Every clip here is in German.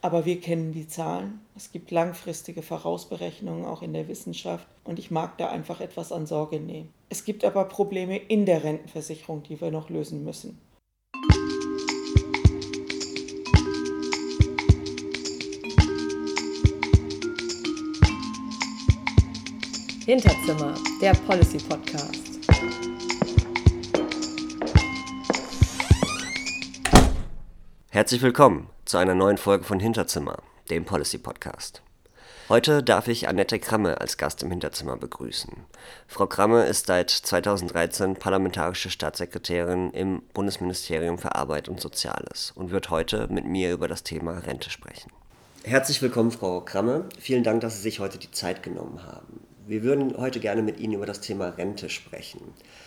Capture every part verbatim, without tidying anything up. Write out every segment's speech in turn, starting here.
Aber wir kennen die Zahlen. Es gibt langfristige Vorausberechnungen auch in der Wissenschaft und ich mag da einfach etwas an Sorge nehmen. Es gibt aber Probleme in der Rentenversicherung, die wir noch lösen müssen. Hinterzimmer, der Policy Podcast. Herzlich willkommen zu einer neuen Folge von Hinterzimmer, dem Policy Podcast. Heute darf ich Annette Kramme als Gast im Hinterzimmer begrüßen. Frau Kramme ist seit zweitausenddreizehn parlamentarische Staatssekretärin im Bundesministerium für Arbeit und Soziales und wird heute mit mir über das Thema Rente sprechen. Herzlich willkommen, Frau Kramme. Vielen Dank, dass Sie sich heute die Zeit genommen haben. Wir würden heute gerne mit Ihnen über das Thema Rente sprechen.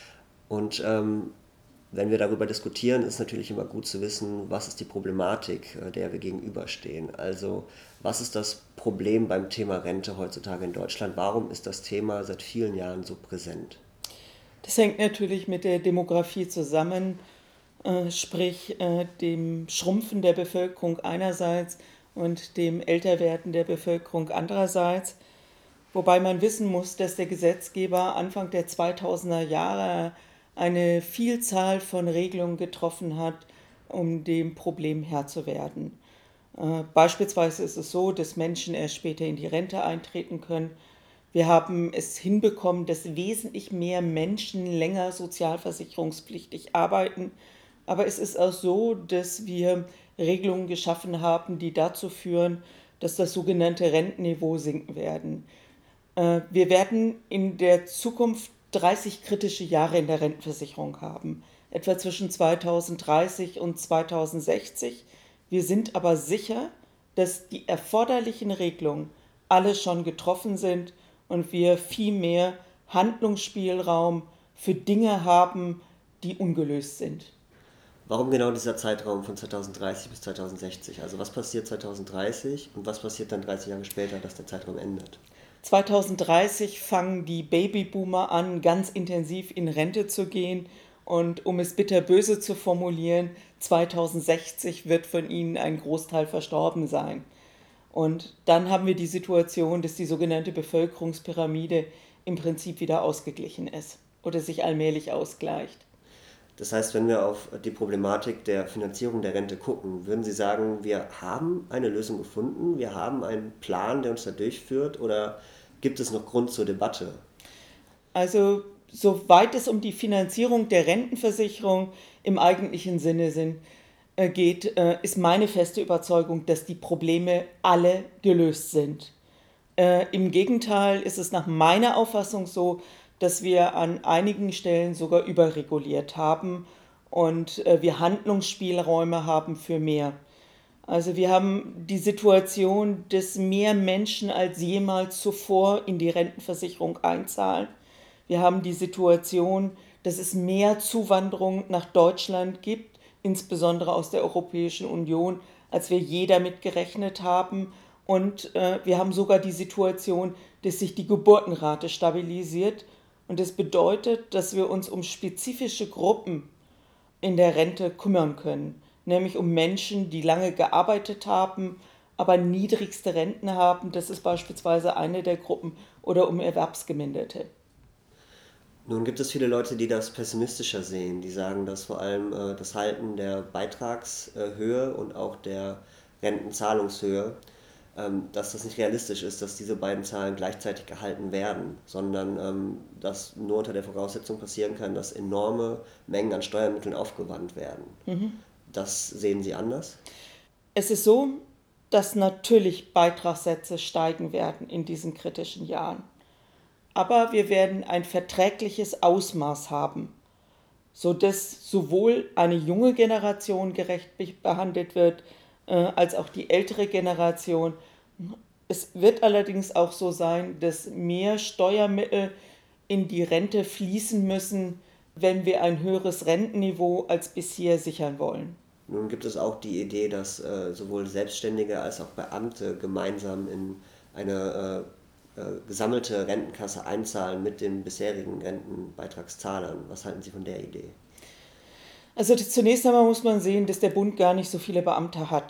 Und ähm, wenn wir darüber diskutieren, ist natürlich immer gut zu wissen, was ist die Problematik, der wir gegenüberstehen. Also was ist das Problem beim Thema Rente heutzutage in Deutschland? Warum ist das Thema seit vielen Jahren so präsent? Das hängt natürlich mit der Demografie zusammen, äh, sprich äh, dem Schrumpfen der Bevölkerung einerseits und dem Älterwerden der Bevölkerung andererseits. Wobei man wissen muss, dass der Gesetzgeber Anfang der zweitausender Jahre eine Vielzahl von Regelungen getroffen hat, um dem Problem Herr zu werden. Äh, beispielsweise ist es so, dass Menschen erst später in die Rente eintreten können. Wir haben es hinbekommen, dass wesentlich mehr Menschen länger sozialversicherungspflichtig arbeiten. Aber es ist auch so, dass wir Regelungen geschaffen haben, die dazu führen, dass das sogenannte Rentenniveau sinken werden. Äh, wir werden in der Zukunft dreißig kritische Jahre in der Rentenversicherung haben, etwa zwischen zweitausenddreißig und zweitausendsechzig. Wir sind aber sicher, dass die erforderlichen Regelungen alle schon getroffen sind und wir viel mehr Handlungsspielraum für Dinge haben, die ungelöst sind. Warum genau dieser Zeitraum von zweitausenddreißig bis zweitausendsechzig? Also was passiert zweitausenddreißig und was passiert dann dreißig Jahre später, dass der Zeitraum endet? zweitausenddreißig fangen die Babyboomer an, ganz intensiv in Rente zu gehen. Und um es bitterböse zu formulieren, zweitausendsechzig wird von ihnen ein Großteil verstorben sein. Und dann haben wir die Situation, dass die sogenannte Bevölkerungspyramide im Prinzip wieder ausgeglichen ist oder sich allmählich ausgleicht. Das heißt, wenn wir auf die Problematik der Finanzierung der Rente gucken, würden Sie sagen, wir haben eine Lösung gefunden, wir haben einen Plan, der uns da durchführt, oder gibt es noch Grund zur Debatte? Also, soweit es um die Finanzierung der Rentenversicherung im eigentlichen Sinne sind, äh, geht, äh, ist meine feste Überzeugung, dass die Probleme alle gelöst sind. Äh, Im Gegenteil ist es nach meiner Auffassung so, dass wir an einigen Stellen sogar überreguliert haben und äh, wir Handlungsspielräume haben für mehr. Also wir haben die Situation, dass mehr Menschen als jemals zuvor in die Rentenversicherung einzahlen. Wir haben die Situation, dass es mehr Zuwanderung nach Deutschland gibt, insbesondere aus der Europäischen Union, als wir je damit gerechnet haben. Und äh, wir haben sogar die Situation, dass sich die Geburtenrate stabilisiert. Und das bedeutet, dass wir uns um spezifische Gruppen in der Rente kümmern können, nämlich um Menschen, die lange gearbeitet haben, aber niedrigste Renten haben. Das ist beispielsweise eine der Gruppen, oder um Erwerbsgeminderte. Nun gibt es viele Leute, die das pessimistischer sehen, die sagen, dass vor allem äh, das Halten der Beitragshöhe und auch der Rentenzahlungshöhe, ähm, dass das nicht realistisch ist, dass diese beiden Zahlen gleichzeitig gehalten werden, sondern ähm, dass nur unter der Voraussetzung passieren kann, dass enorme Mengen an Steuermitteln aufgewandt werden. Mhm. Das sehen Sie anders? Es ist so, dass natürlich Beitragssätze steigen werden in diesen kritischen Jahren. Aber wir werden ein verträgliches Ausmaß haben, sodass sowohl eine junge Generation gerecht behandelt wird, äh, als auch die ältere Generation. Es wird allerdings auch so sein, dass mehr Steuermittel in die Rente fließen müssen, wenn wir ein höheres Rentenniveau als bisher sichern wollen. Nun gibt es auch die Idee, dass äh, sowohl Selbstständige als auch Beamte gemeinsam in eine äh, gesammelte Rentenkasse einzahlen mit den bisherigen Rentenbeitragszahlern. Was halten Sie von der Idee? Also zunächst einmal muss man sehen, dass der Bund gar nicht so viele Beamte hat.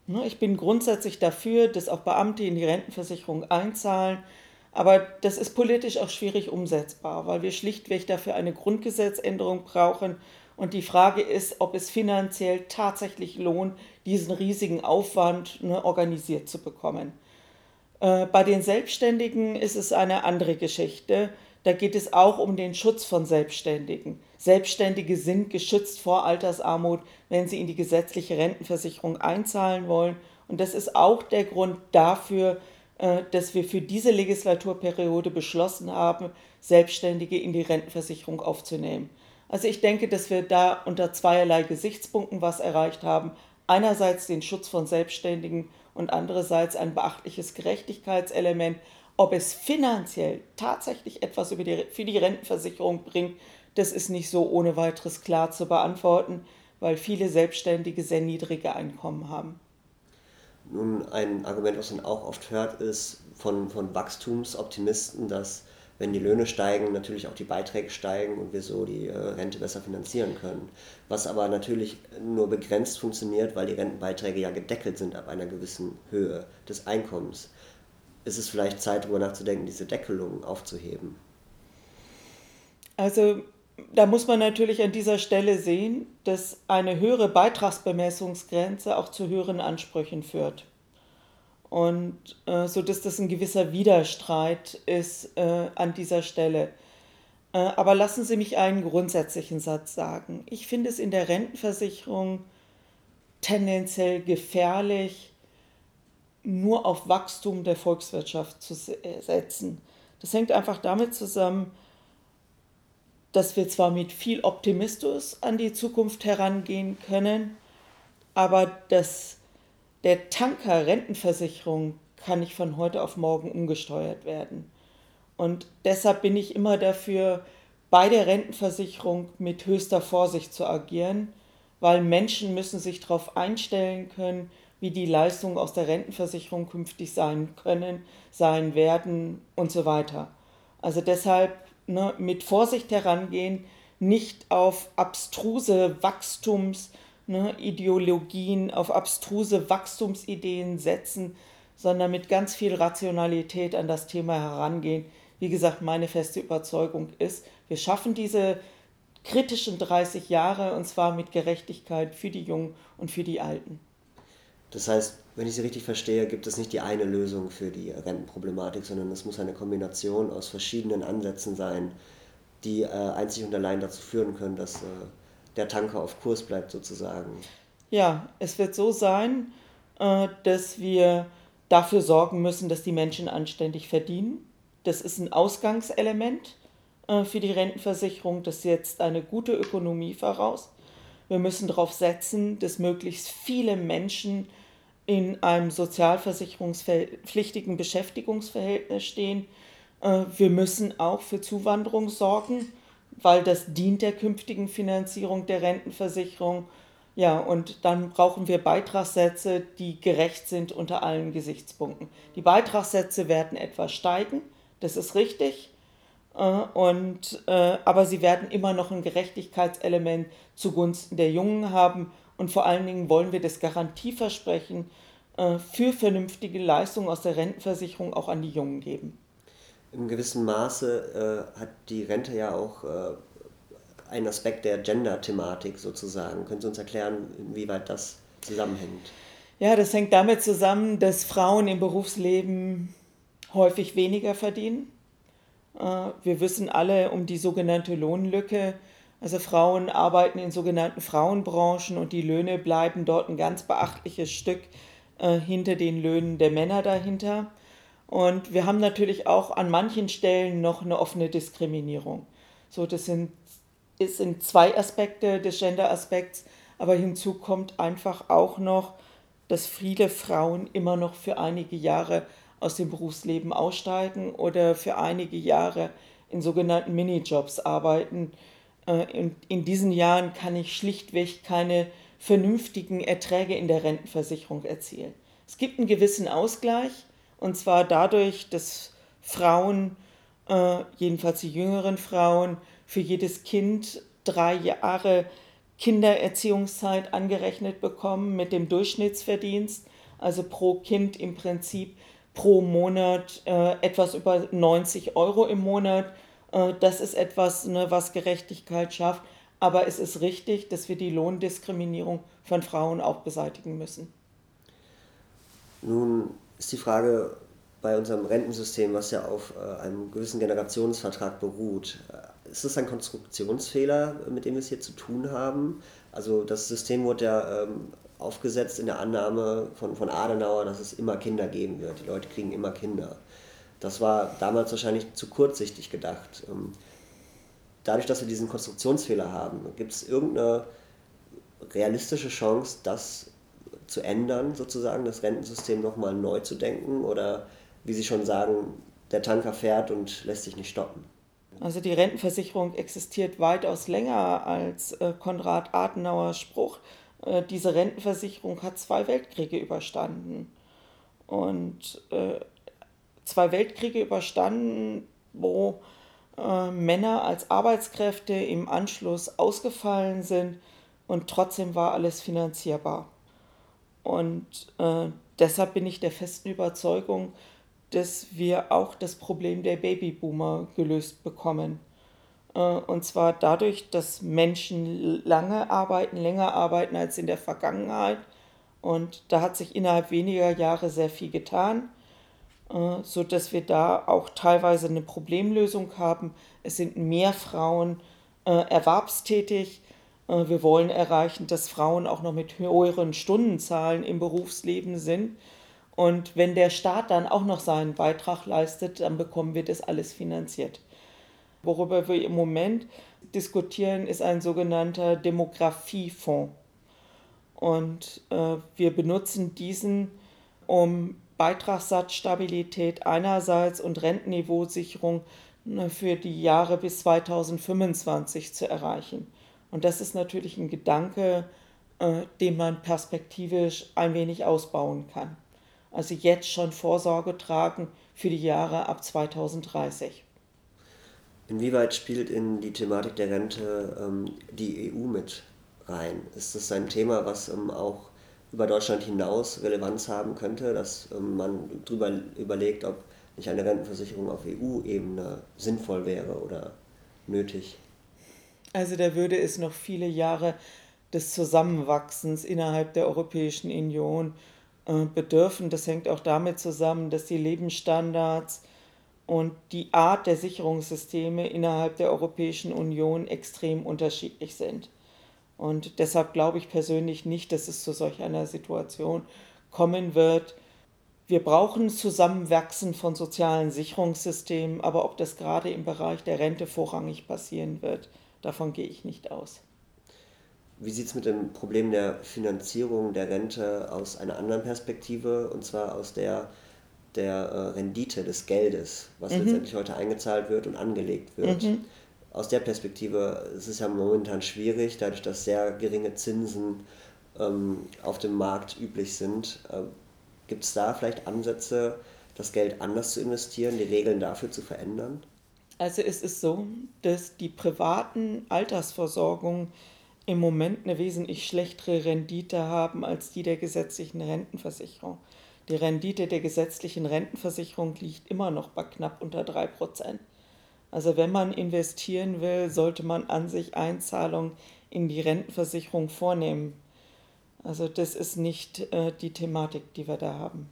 Ne, Ich bin grundsätzlich dafür, dass auch Beamte in die Rentenversicherung einzahlen, aber das ist politisch auch schwierig umsetzbar, weil wir schlichtweg dafür eine Grundgesetzänderung brauchen. Und die Frage ist, ob es finanziell tatsächlich lohnt, diesen riesigen Aufwand, ne, organisiert zu bekommen. Äh, Bei den Selbstständigen ist es eine andere Geschichte. Da geht es auch um den Schutz von Selbstständigen. Selbstständige sind geschützt vor Altersarmut, wenn sie in die gesetzliche Rentenversicherung einzahlen wollen. Und das ist auch der Grund dafür, äh, dass wir für diese Legislaturperiode beschlossen haben, Selbstständige in die Rentenversicherung aufzunehmen. Also ich denke, dass wir da unter zweierlei Gesichtspunkten was erreicht haben. Einerseits den Schutz von Selbstständigen und andererseits ein beachtliches Gerechtigkeitselement. Ob es finanziell tatsächlich etwas über die, für die Rentenversicherung bringt, das ist nicht so ohne weiteres klar zu beantworten, weil viele Selbstständige sehr niedrige Einkommen haben. Nun, ein Argument, was man auch oft hört, ist von, von Wachstumsoptimisten, dass wenn die Löhne steigen, natürlich auch die Beiträge steigen und wir so die äh, Rente besser finanzieren können. Was aber natürlich nur begrenzt funktioniert, weil die Rentenbeiträge ja gedeckelt sind ab einer gewissen Höhe des Einkommens. Ist es vielleicht Zeit, darüber nachzudenken, diese Deckelung aufzuheben? Also da muss man natürlich an dieser Stelle sehen, dass eine höhere Beitragsbemessungsgrenze auch zu höheren Ansprüchen führt. Und äh, so dass das ein gewisser Widerstreit ist äh, an dieser Stelle. Äh, aber lassen Sie mich einen grundsätzlichen Satz sagen. Ich finde es in der Rentenversicherung tendenziell gefährlich, nur auf Wachstum der Volkswirtschaft zu setzen. Das hängt einfach damit zusammen, dass wir zwar mit viel Optimismus an die Zukunft herangehen können, aber das, der Tanker Rentenversicherung kann nicht von heute auf morgen umgesteuert werden. Und deshalb bin ich immer dafür, bei der Rentenversicherung mit höchster Vorsicht zu agieren, weil Menschen müssen sich darauf einstellen können, wie die Leistungen aus der Rentenversicherung künftig sein können, sein werden und so weiter. Also deshalb, ne, mit Vorsicht herangehen, nicht auf abstruse Wachstums, ne, Ideologien, auf abstruse Wachstumsideen setzen, sondern mit ganz viel Rationalität an das Thema herangehen. Wie gesagt, meine feste Überzeugung ist, wir schaffen diese kritischen dreißig Jahre und zwar mit Gerechtigkeit für die Jungen und für die Alten. Das heißt, wenn ich Sie richtig verstehe, gibt es nicht die eine Lösung für die Rentenproblematik, sondern es muss eine Kombination aus verschiedenen Ansätzen sein, die äh, einzig und allein dazu führen können, dass äh, der Tanker auf Kurs bleibt sozusagen. Ja, es wird so sein, äh, dass wir dafür sorgen müssen, dass die Menschen anständig verdienen. Das ist ein Ausgangselement äh, für die Rentenversicherung. Das setzt eine gute Ökonomie voraus. Wir müssen darauf setzen, dass möglichst viele Menschen in einem sozialversicherungspflichtigen Beschäftigungsverhältnis stehen. Äh, Wir müssen auch für Zuwanderung sorgen, weil das dient der künftigen Finanzierung der Rentenversicherung. Ja, und dann brauchen wir Beitragssätze, die gerecht sind unter allen Gesichtspunkten. Die Beitragssätze werden etwas steigen, das ist richtig, äh, und, äh, aber sie werden immer noch ein Gerechtigkeitselement zugunsten der Jungen haben. Und vor allen Dingen wollen wir das Garantieversprechen äh, für vernünftige Leistungen aus der Rentenversicherung auch an die Jungen geben. In gewissem Maße äh, hat die Rente ja auch äh, einen Aspekt der Gender-Thematik sozusagen. Können Sie uns erklären, inwieweit das zusammenhängt? Ja, das hängt damit zusammen, dass Frauen im Berufsleben häufig weniger verdienen. Äh, Wir wissen alle um die sogenannte Lohnlücke. Also Frauen arbeiten in sogenannten Frauenbranchen und die Löhne bleiben dort ein ganz beachtliches Stück äh, hinter den Löhnen der Männer dahinter. Und wir haben natürlich auch an manchen Stellen noch eine offene Diskriminierung. So, das sind, es sind zwei Aspekte des Gender-Aspekts, aber hinzu kommt einfach auch noch, dass viele Frauen immer noch für einige Jahre aus dem Berufsleben aussteigen oder für einige Jahre in sogenannten Minijobs arbeiten. Äh, In, in diesen Jahren kann ich schlichtweg keine vernünftigen Erträge in der Rentenversicherung erzielen. Es gibt einen gewissen Ausgleich, und zwar dadurch, dass Frauen, äh, jedenfalls die jüngeren Frauen, für jedes Kind drei Jahre Kindererziehungszeit angerechnet bekommen mit dem Durchschnittsverdienst. also pro Kind im Prinzip pro Monat äh, etwas über neunzig Euro im Monat. Äh, das ist etwas, ne, was Gerechtigkeit schafft. Aber es ist richtig, dass wir die Lohndiskriminierung von Frauen auch beseitigen müssen. Nun ist die Frage bei unserem Rentensystem, was ja auf äh, einem gewissen Generationsvertrag beruht, äh, ist es ein Konstruktionsfehler, mit dem wir es hier zu tun haben? Also das System wurde ja ähm, aufgesetzt in der Annahme von, von Adenauer, dass es immer Kinder geben wird. Die Leute kriegen immer Kinder. Das war damals wahrscheinlich zu kurzsichtig gedacht. Ähm, dadurch, dass wir diesen Konstruktionsfehler haben, gibt es irgendeine realistische Chance, das zu ändern, sozusagen, das Rentensystem nochmal neu zu denken? Oder wie Sie schon sagen, der Tanker fährt und lässt sich nicht stoppen? Also die Rentenversicherung existiert weitaus länger als äh, Konrad Adenauers Spruch. Äh, diese Rentenversicherung hat zwei Weltkriege überstanden. Und äh, zwei Weltkriege überstanden, wo äh, Männer als Arbeitskräfte im Anschluss ausgefallen sind und trotzdem war alles finanzierbar. Und äh, deshalb bin ich der festen Überzeugung, dass wir auch das Problem der Babyboomer gelöst bekommen. Äh, und zwar dadurch, dass Menschen lange arbeiten, länger arbeiten als in der Vergangenheit. Und da hat sich innerhalb weniger Jahre sehr viel getan, äh, sodass wir da auch teilweise eine Problemlösung haben. Es sind mehr Frauen äh, erwerbstätig. Äh, wir wollen erreichen, dass Frauen auch noch mit höheren Stundenzahlen im Berufsleben sind. Und wenn der Staat dann auch noch seinen Beitrag leistet, dann bekommen wir das alles finanziert. Worüber wir im Moment diskutieren, ist ein sogenannter Demografiefonds. Und äh, wir benutzen diesen, um Beitragssatzstabilität einerseits und Rentenniveausicherung ne, für die Jahre bis zweitausendfünfundzwanzig zu erreichen. Und das ist natürlich ein Gedanke, äh, den man perspektivisch ein wenig ausbauen kann. Also jetzt schon Vorsorge tragen für die Jahre ab zweitausenddreißig. Inwieweit spielt in die Thematik der Rente ähm, die E U mit rein? Ist das ein Thema, was ähm, auch über Deutschland hinaus Relevanz haben könnte, dass ähm, man darüber überlegt, ob nicht eine Rentenversicherung auf E U-Ebene sinnvoll wäre oder nötig? Also da würde es noch viele Jahre des Zusammenwachsens innerhalb der Europäischen Union äh, bedürfen. Das hängt auch damit zusammen, dass die Lebensstandards und die Art der Sicherungssysteme innerhalb der Europäischen Union extrem unterschiedlich sind. Und deshalb glaube ich persönlich nicht, dass es zu solch einer Situation kommen wird. Wir brauchen Zusammenwachsen von sozialen Sicherungssystemen, aber ob das gerade im Bereich der Rente vorrangig passieren wird, davon gehe ich nicht aus. Wie sieht es mit dem Problem der Finanzierung der Rente aus einer anderen Perspektive, und zwar aus der der äh, Rendite des Geldes, was mhm. letztendlich heute eingezahlt wird und angelegt wird? Mhm. Aus der Perspektive ist es ja momentan schwierig, dadurch, dass sehr geringe Zinsen ähm, auf dem Markt üblich sind. Äh, Gibt es da vielleicht Ansätze, das Geld anders zu investieren, die Regeln dafür zu verändern? Also es ist so, dass die privaten Altersversorgungen im Moment eine wesentlich schlechtere Rendite haben als die der gesetzlichen Rentenversicherung. Die Rendite der gesetzlichen Rentenversicherung liegt immer noch bei knapp unter drei Prozent. Also wenn man investieren will, sollte man an sich Einzahlungen in die Rentenversicherung vornehmen. Also das ist nicht äh, die Thematik, die wir da haben.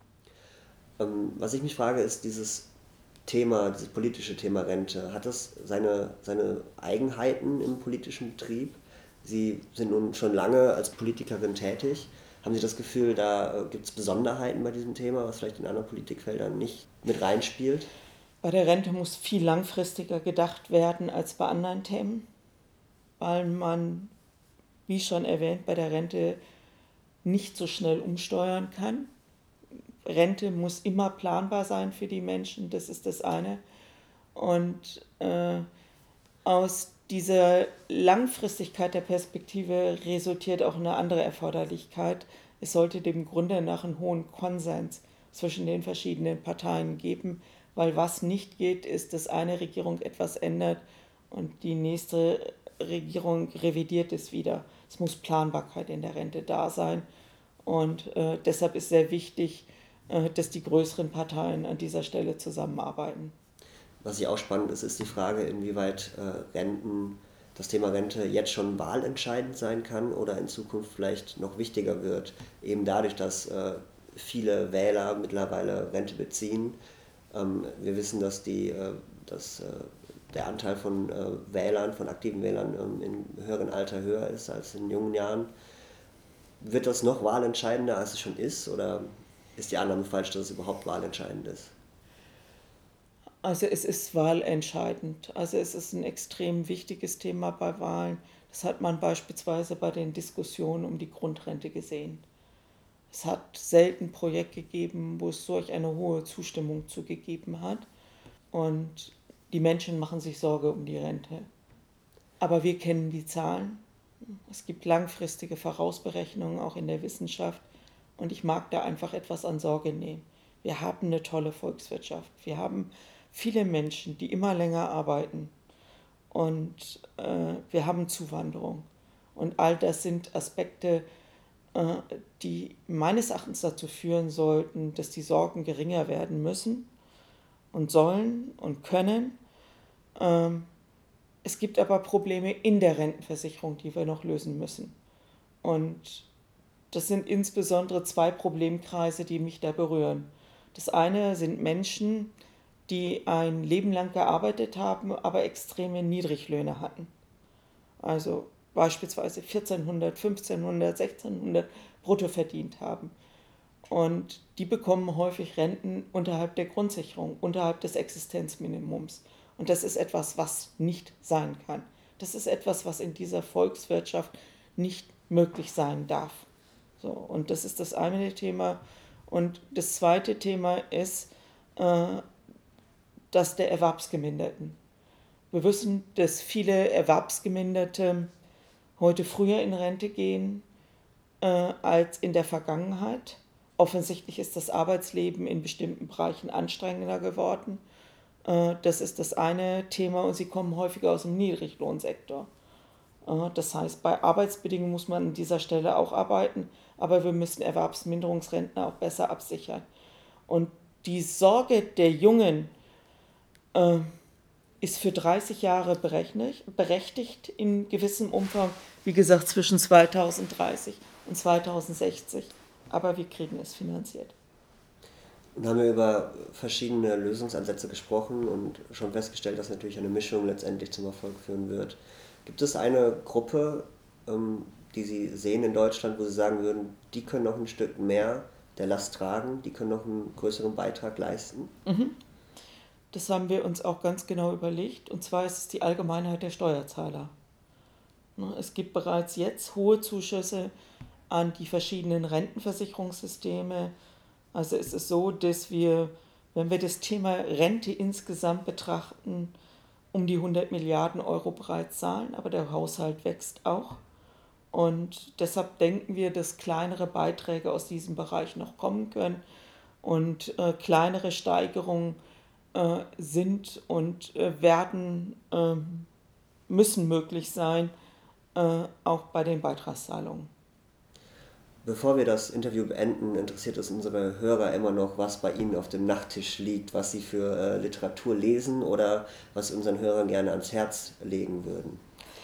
Ähm, was ich mich frage, ist dieses Thema, dieses politische Thema Rente. Hat das seine, seine Eigenheiten im politischen Betrieb? Sie sind nun schon lange als Politikerin tätig. Haben Sie das Gefühl, da äh, gibt es Besonderheiten bei diesem Thema, was vielleicht in anderen Politikfeldern nicht mit reinspielt? Bei der Rente muss viel langfristiger gedacht werden als bei anderen Themen, weil man, wie schon erwähnt, bei der Rente nicht so schnell umsteuern kann. Rente muss immer planbar sein für die Menschen, das ist das eine. Und äh, aus dieser Langfristigkeit der Perspektive resultiert auch eine andere Erforderlichkeit. Es sollte dem Grunde nach einen hohen Konsens zwischen den verschiedenen Parteien geben, weil was nicht geht, ist, dass eine Regierung etwas ändert und die nächste Regierung revidiert es wieder. Es muss Planbarkeit in der Rente da sein Und äh, deshalb ist sehr wichtig, äh, dass die größeren Parteien an dieser Stelle zusammenarbeiten. Was ja auch spannend ist, ist die Frage, inwieweit äh, Renten, das Thema Rente jetzt schon wahlentscheidend sein kann oder in Zukunft vielleicht noch wichtiger wird, eben dadurch, dass äh, viele Wähler mittlerweile Rente beziehen. Ähm, wir wissen, dass, die, äh, dass äh, der Anteil von äh, Wählern, von aktiven Wählern ähm, im höheren Alter höher ist als in jungen Jahren. Wird das noch wahlentscheidender, als es schon ist, oder ist die Annahme falsch, dass es überhaupt wahlentscheidend ist? Also es ist wahlentscheidend. Also es ist ein extrem wichtiges Thema bei Wahlen. Das hat man beispielsweise bei den Diskussionen um die Grundrente gesehen. Es hat selten ein Projekt gegeben, wo es solch eine hohe Zustimmung zugegeben hat. Und die Menschen machen sich Sorge um die Rente. Aber wir kennen die Zahlen. Es gibt langfristige Vorausberechnungen auch in der Wissenschaft. Und ich mag da einfach etwas an Sorge nehmen. Wir haben eine tolle Volkswirtschaft. Wir haben viele Menschen, die immer länger arbeiten. Und äh, wir haben Zuwanderung. Und all das sind Aspekte, äh, die meines Erachtens dazu führen sollten, dass die Sorgen geringer werden müssen und sollen und können. Ähm, es gibt aber Probleme in der Rentenversicherung, die wir noch lösen müssen. Und das sind insbesondere zwei Problemkreise, die mich da berühren. Das eine sind Menschen, die ein Leben lang gearbeitet haben, aber extreme Niedriglöhne hatten. Also beispielsweise vierzehnhundert, fünfzehnhundert, sechzehnhundert brutto verdient haben. Und die bekommen häufig Renten unterhalb der Grundsicherung, unterhalb des Existenzminimums. Und das ist etwas, was nicht sein kann. Das ist etwas, was in dieser Volkswirtschaft nicht möglich sein darf. So, und das ist das eine Thema. Und das zweite Thema ist äh, das der Erwerbsgeminderten. Wir wissen, dass viele Erwerbsgeminderte heute früher in Rente gehen äh, als in der Vergangenheit. Offensichtlich ist das Arbeitsleben in bestimmten Bereichen anstrengender geworden. Äh, das ist das eine Thema und sie kommen häufiger aus dem Niedriglohnsektor. Äh, das heißt, bei Arbeitsbedingungen muss man an dieser Stelle auch arbeiten, aber wir müssen Erwerbsminderungsrenten auch besser absichern. Und die Sorge der Jungen äh, ist für dreißig Jahre berechtigt in gewissem Umfang, wie gesagt zwischen zweitausenddreißig und zweitausendsechzig, aber wir kriegen es finanziert. Und haben wir über verschiedene Lösungsansätze gesprochen und schon festgestellt, dass natürlich eine Mischung letztendlich zum Erfolg führen wird. Gibt es eine Gruppe, ähm, die Sie sehen in Deutschland, wo Sie sagen würden, die können noch ein Stück mehr der Last tragen, die können noch einen größeren Beitrag leisten? Mhm. Das haben wir uns auch ganz genau überlegt, und zwar ist es die Allgemeinheit der Steuerzahler. Es gibt bereits jetzt hohe Zuschüsse an die verschiedenen Rentenversicherungssysteme. Also es ist so, dass wir, wenn wir das Thema Rente insgesamt betrachten, um die hundert Milliarden Euro bereits zahlen, aber der Haushalt wächst auch. Und deshalb denken wir, dass kleinere Beiträge aus diesem Bereich noch kommen können und äh, kleinere Steigerungen äh, sind und äh, werden, äh, müssen möglich sein, äh, auch bei den Beitragszahlungen. Bevor wir das Interview beenden, interessiert es unsere Hörer immer noch, was bei Ihnen auf dem Nachttisch liegt, was Sie für äh, Literatur lesen oder was Sie unseren Hörern gerne ans Herz legen würden.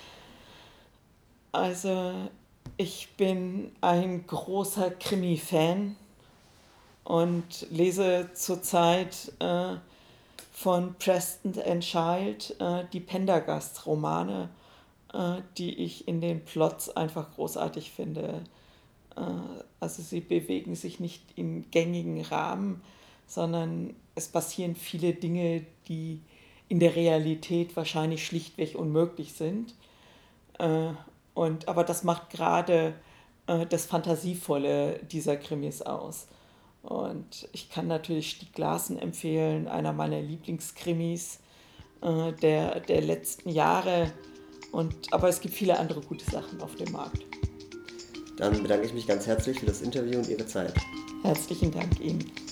Also ich bin ein großer Krimi-Fan und lese zurzeit äh, von Preston and Child äh, die Pendergast-Romane, äh, die ich in den Plots einfach großartig finde. Äh, also sie bewegen sich nicht in gängigen Rahmen, sondern es passieren viele Dinge, die in der Realität wahrscheinlich schlichtweg unmöglich sind. Äh, Und, aber das macht gerade äh, das Fantasievolle dieser Krimis aus. Und ich kann natürlich Stieg Larsson empfehlen, einer meiner Lieblingskrimis äh, der, der letzten Jahre. Und, aber es gibt viele andere gute Sachen auf dem Markt. Dann bedanke ich mich ganz herzlich für das Interview und Ihre Zeit. Herzlichen Dank Ihnen.